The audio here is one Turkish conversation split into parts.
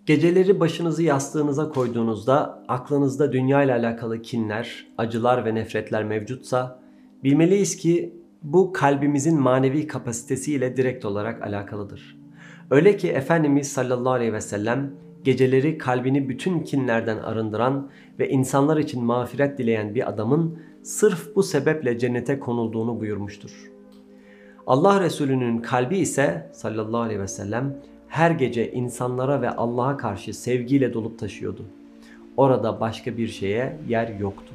Geceleri başınızı yastığınıza koyduğunuzda aklınızda dünya ile alakalı kinler, acılar ve nefretler mevcutsa bilmeliyiz ki bu kalbimizin manevi kapasitesiyle direkt olarak alakalıdır. Öyle ki Efendimiz sallallahu aleyhi ve sellem geceleri kalbini bütün kinlerden arındıran ve insanlar için mağfiret dileyen bir adamın sırf bu sebeple cennete konulduğunu buyurmuştur. Allah Resulü'nün kalbi ise sallallahu aleyhi ve sellem her gece insanlara ve Allah'a karşı sevgiyle dolup taşıyordu. Orada başka bir şeye yer yoktu.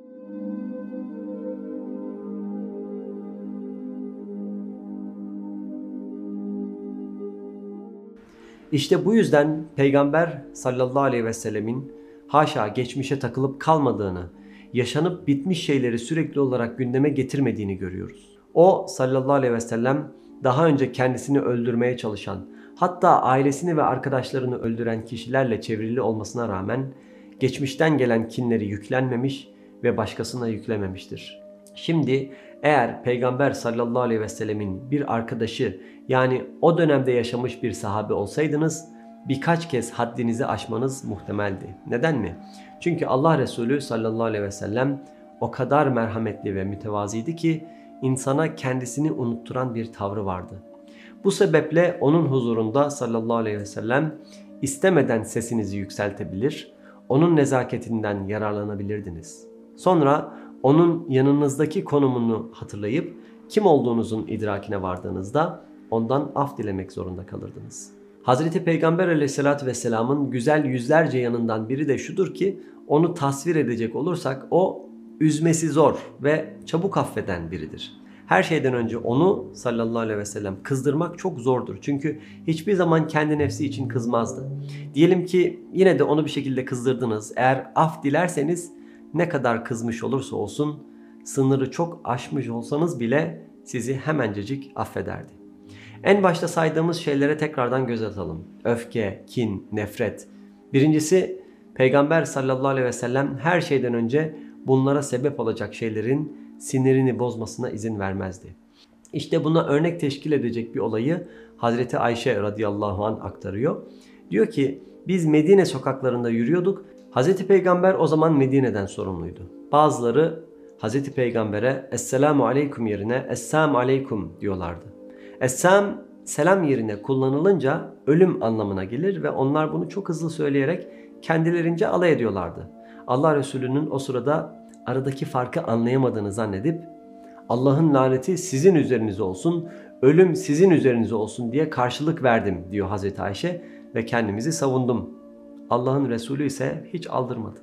İşte bu yüzden Peygamber sallallahu aleyhi ve sellemin haşa geçmişe takılıp kalmadığını, yaşanıp bitmiş şeyleri sürekli olarak gündeme getirmediğini görüyoruz. O sallallahu aleyhi ve sellem daha önce kendisini öldürmeye çalışan, hatta ailesini ve arkadaşlarını öldüren kişilerle çevrili olmasına rağmen geçmişten gelen kinleri yüklenmemiş ve başkasına yüklememiştir. Şimdi eğer Peygamber sallallahu aleyhi ve sellemin bir arkadaşı, yani o dönemde yaşamış bir sahabe olsaydınız birkaç kez haddinizi aşmanız muhtemeldi. Neden mi? Çünkü Allah Resulü sallallahu aleyhi ve sellem o kadar merhametli ve mütevaziydi ki insana kendisini unutturan bir tavrı vardı. Bu sebeple onun huzurunda sallallahu aleyhi ve sellem istemeden sesinizi yükseltebilir, onun nezaketinden yararlanabilirdiniz. Sonra onun yanınızdaki konumunu hatırlayıp kim olduğunuzun idrakine vardığınızda ondan af dilemek zorunda kalırdınız. Hazreti Peygamber aleyhissalatü vesselamın güzel yüzlerce yanından biri de şudur ki onu tasvir edecek olursak o üzmesi zor ve çabuk affeden biridir. Her şeyden önce onu sallallahu aleyhi ve sellem kızdırmak çok zordur. Çünkü hiçbir zaman kendi nefsi için kızmazdı. Diyelim ki yine de onu bir şekilde kızdırdınız. Eğer af dilerseniz ne kadar kızmış olursa olsun sınırı çok aşmış olsanız bile sizi hemencecik affederdi. En başta saydığımız şeylere tekrardan göz atalım. Öfke, kin, nefret. Birincisi Peygamber sallallahu aleyhi ve sellem her şeyden önce bunlara sebep olacak şeylerin sinirini bozmasına izin vermezdi. İşte buna örnek teşkil edecek bir olayı Hazreti Ayşe radıyallahu anh aktarıyor. Diyor ki biz Medine sokaklarında yürüyorduk. Hazreti Peygamber o zaman Medine'den sorumluydu. Bazıları Hazreti Peygamber'e Esselamu aleyküm yerine Esselamu aleyküm diyorlardı. Esselam selam yerine kullanılınca ölüm anlamına gelir ve onlar bunu çok hızlı söyleyerek kendilerince alay ediyorlardı. Allah Resulü'nün o sırada aradaki farkı anlayamadığını zannedip Allah'ın laneti sizin üzerinize olsun, ölüm sizin üzerinize olsun diye karşılık verdim diyor Hazreti Ayşe ve kendimizi savundum. Allah'ın Resulü ise hiç aldırmadı.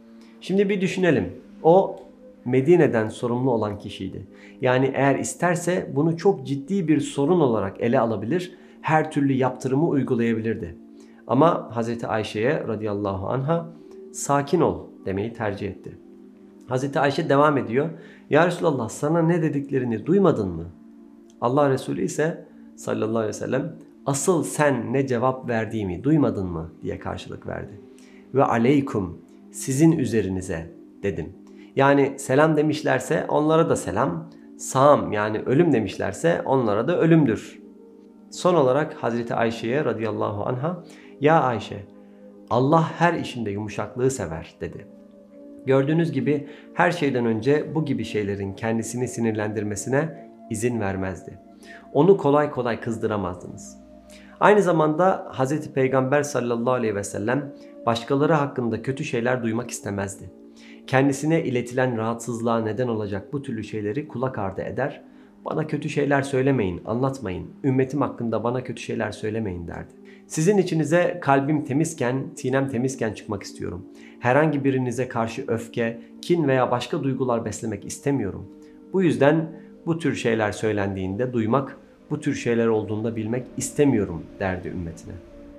Şimdi bir düşünelim. O Medine'den sorumlu olan kişiydi. Yani eğer isterse bunu çok ciddi bir sorun olarak ele alabilir, her türlü yaptırımı uygulayabilirdi. Ama Hazreti Ayşe'ye radıyallahu anha sakin ol demeyi tercih etti. Hazreti Ayşe devam ediyor. Ya Resulallah sana ne dediklerini duymadın mı? Allah Resulü ise sallallahu aleyhi ve sellem asıl sen ne cevap verdiğimi duymadın mı diye karşılık verdi. Ve aleykum sizin üzerinize dedim. Yani selam demişlerse onlara da selam, sağım yani ölüm demişlerse onlara da ölümdür. Son olarak Hazreti Ayşe'ye radıyallahu anha ya Ayşe Allah her işinde yumuşaklığı sever dedi. Gördüğünüz gibi her şeyden önce bu gibi şeylerin kendisini sinirlendirmesine izin vermezdi. Onu kolay kolay kızdıramazdınız. Aynı zamanda Hazreti Peygamber sallallahu aleyhi ve sellem başkaları hakkında kötü şeyler duymak istemezdi. Kendisine iletilen rahatsızlığa neden olacak bu türlü şeyleri kulak ardı eder. Bana kötü şeyler söylemeyin, anlatmayın. Ümmetim hakkında bana kötü şeyler söylemeyin derdi. Sizin içinize kalbim temizken, sinem temizken çıkmak istiyorum. Herhangi birinize karşı öfke, kin veya başka duygular beslemek istemiyorum. Bu yüzden bu tür şeyler söylendiğinde duymak, bu tür şeyler olduğunda bilmek istemiyorum derdi ümmetine.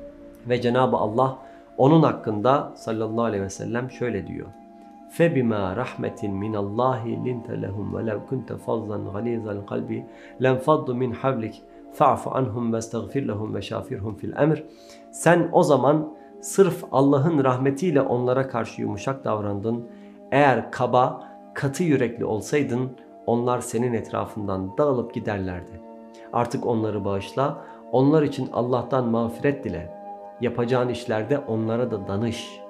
Ve Cenab-ı Allah onun hakkında sallallahu aleyhi ve sellem şöyle diyor. فَبِمَا رَحْمَةٍ مِنَ اللّٰهِ لِنْتَ لَهُمْ وَلَوْ كُنْتَ فَضًّا غَلِيظَ الْقَلْبِ لَنْفَضُّ مِنْ حَوْلِكَ فَاعْفُ عَنْهُمْ وَاسْتَغْفِرْ لَهُمْ وَشَافِرْهُمْ فِي الْأَمْرِ Sen o zaman sırf Allah'ın rahmetiyle onlara karşı yumuşak davrandın. Eğer kaba, katı yürekli olsaydın onlar senin etrafından dağılıp giderlerdi. Artık onları bağışla, onlar için Allah'tan mağfiret dile. Yapacağın işlerde onlara da danış.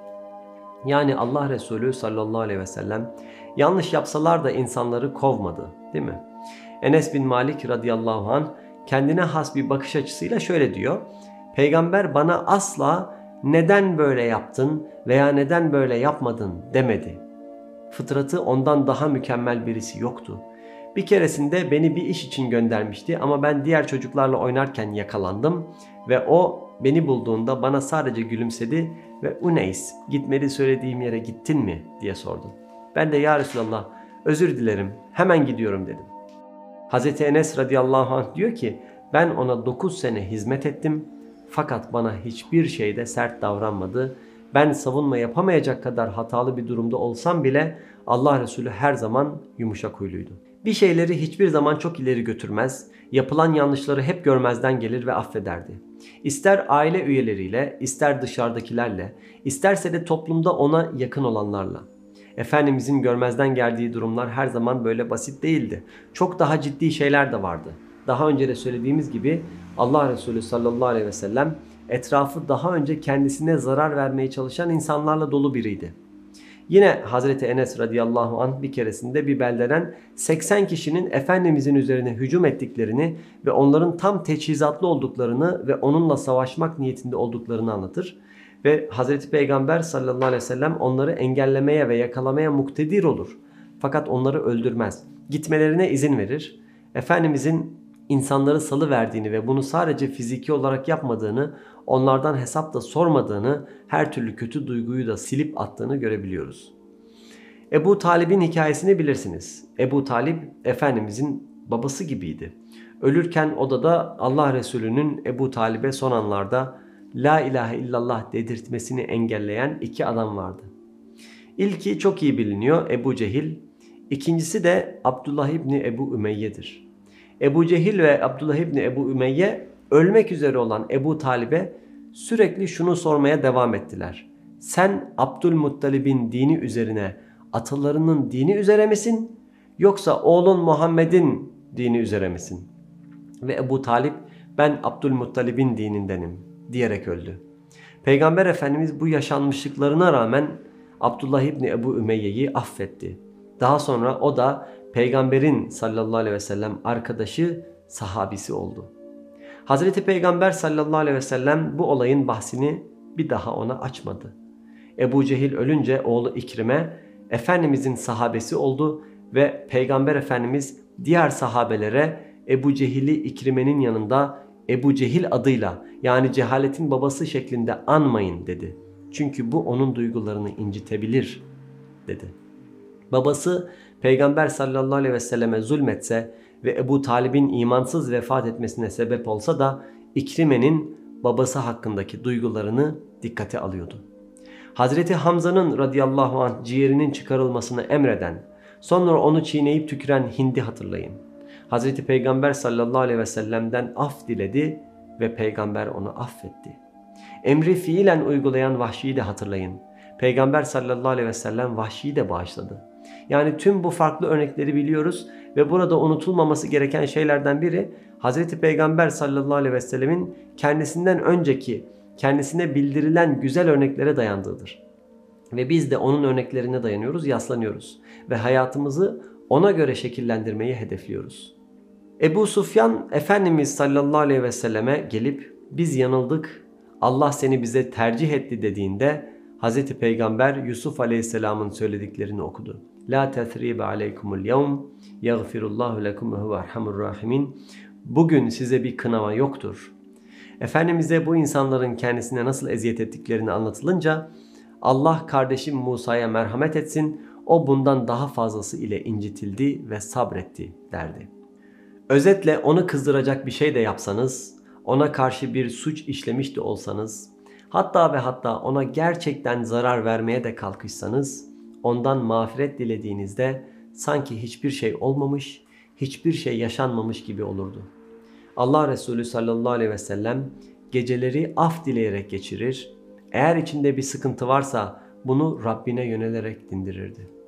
Yani Allah Resulü sallallahu aleyhi ve sellem yanlış yapsalar da insanları kovmadı, değil mi? Enes bin Malik radıyallahu anh kendine has bir bakış açısıyla şöyle diyor. Peygamber bana asla neden böyle yaptın veya neden böyle yapmadın demedi. Fıtratı ondan daha mükemmel birisi yoktu. Bir keresinde beni bir iş için göndermişti ama ben diğer çocuklarla oynarken yakalandım ve o beni bulduğunda bana sadece gülümsedi ve "Uneys, gitmeli söylediğim yere gittin mi?" diye sordu. Ben de "Ya Resulallah, özür dilerim, hemen gidiyorum" dedim. Hazreti Enes radıyallahu anh diyor ki ben ona 9 sene hizmet ettim fakat bana hiçbir şeyde sert davranmadı. Ben savunma yapamayacak kadar hatalı bir durumda olsam bile Allah Resulü her zaman yumuşak huyluydu. Bir şeyleri hiçbir zaman çok ileri götürmez, yapılan yanlışları hep görmezden gelir ve affederdi. İster aile üyeleriyle, ister dışarıdakilerle, isterse de toplumda ona yakın olanlarla. Efendimizin görmezden geldiği durumlar her zaman böyle basit değildi. Çok daha ciddi şeyler de vardı. Daha önce de söylediğimiz gibi Allah Resulü sallallahu aleyhi ve sellem etrafı daha önce kendisine zarar vermeye çalışan insanlarla dolu biriydi. Yine Hazreti Enes radıyallahu anh bir keresinde bir beldeden 80 kişinin Efendimizin üzerine hücum ettiklerini ve onların tam teçhizatlı olduklarını ve onunla savaşmak niyetinde olduklarını anlatır. Ve Hazreti Peygamber sallallahu aleyhi ve sellem onları engellemeye ve yakalamaya muktedir olur. Fakat onları öldürmez. Gitmelerine izin verir. Efendimizin insanları salıverdiğini ve bunu sadece fiziki olarak yapmadığını, onlardan hesap da sormadığını, her türlü kötü duyguyu da silip attığını görebiliyoruz. Ebu Talib'in hikayesini bilirsiniz. Ebu Talib Efendimizin babası gibiydi. Ölürken odada Allah Resulü'nün Ebu Talib'e son anlarda La ilahe illallah dedirtmesini engelleyen 2 adam vardı. İlki çok iyi biliniyor, Ebu Cehil. İkincisi de Abdullah İbni Ebu Ümeyye'dir. Ebu Cehil ve Abdullah İbni Ebu Ümeyye ölmek üzere olan Ebu Talib'e sürekli şunu sormaya devam ettiler. Sen Abdülmuttalib'in dini üzerine, atalarının dini üzere misin? Yoksa oğlun Muhammed'in dini üzere misin? Ve Ebu Talib ben Abdülmuttalib'in dinindenim diyerek öldü. Peygamber Efendimiz bu yaşanmışlıklarına rağmen Abdullah İbni Ebu Ümeyye'yi affetti. Daha sonra o da Peygamberin sallallahu aleyhi ve sellem arkadaşı, sahabisi oldu. Hazreti Peygamber sallallahu aleyhi ve sellem bu olayın bahsini bir daha ona açmadı. Ebu Cehil ölünce oğlu İkrim'e Efendimizin sahabesi oldu ve Peygamber Efendimiz diğer sahabelere Ebu Cehil'i İkrime'nin yanında Ebu Cehil adıyla yani cehaletin babası şeklinde anmayın dedi. Çünkü bu onun duygularını incitebilir dedi. Babası Peygamber sallallahu aleyhi ve selleme zulmetse ve Ebu Talib'in imansız vefat etmesine sebep olsa da İkrime'nin babası hakkındaki duygularını dikkate alıyordu. Hazreti Hamza'nın radıyallahu anh ciğerinin çıkarılmasını emreden, sonra onu çiğneyip tüküren Hind'i hatırlayın. Hazreti Peygamber sallallahu aleyhi ve sellem'den af diledi ve Peygamber onu affetti. Emri fiilen uygulayan Vahşi'yi de hatırlayın. Peygamber sallallahu aleyhi ve sellem Vahşi'yi de bağışladı. Yani tüm bu farklı örnekleri biliyoruz ve burada unutulmaması gereken şeylerden biri Hazreti Peygamber sallallahu aleyhi ve sellemin kendisinden önceki, kendisine bildirilen güzel örneklere dayandığıdır. Ve biz de onun örneklerine dayanıyoruz, yaslanıyoruz ve hayatımızı ona göre şekillendirmeyi hedefliyoruz. Ebu Sufyan Efendimiz sallallahu aleyhi ve selleme gelip biz yanıldık, Allah seni bize tercih etti dediğinde Hazreti Peygamber Yusuf aleyhisselamın söylediklerini okudu. La tesribe aleykumul yevm yaghfirullahu lekum ve huve erhamur rahimin. Bugün size bir kınama yoktur. Efendimiz'e bu insanların kendisine nasıl eziyet ettiklerini anlatılınca Allah kardeşim Musa'ya merhamet etsin, o bundan daha fazlası ile incitildi ve sabretti derdi. Özetle onu kızdıracak bir şey de yapsanız, ona karşı bir suç işlemiş de olsanız, hatta ve hatta ona gerçekten zarar vermeye de kalkışsanız, ondan mağfiret dilediğinizde sanki hiçbir şey olmamış, hiçbir şey yaşanmamış gibi olurdu. Allah Resulü sallallahu aleyhi ve sellem geceleri af dileyerek geçirir, eğer içinde bir sıkıntı varsa bunu Rabbine yönelerek dindirirdi.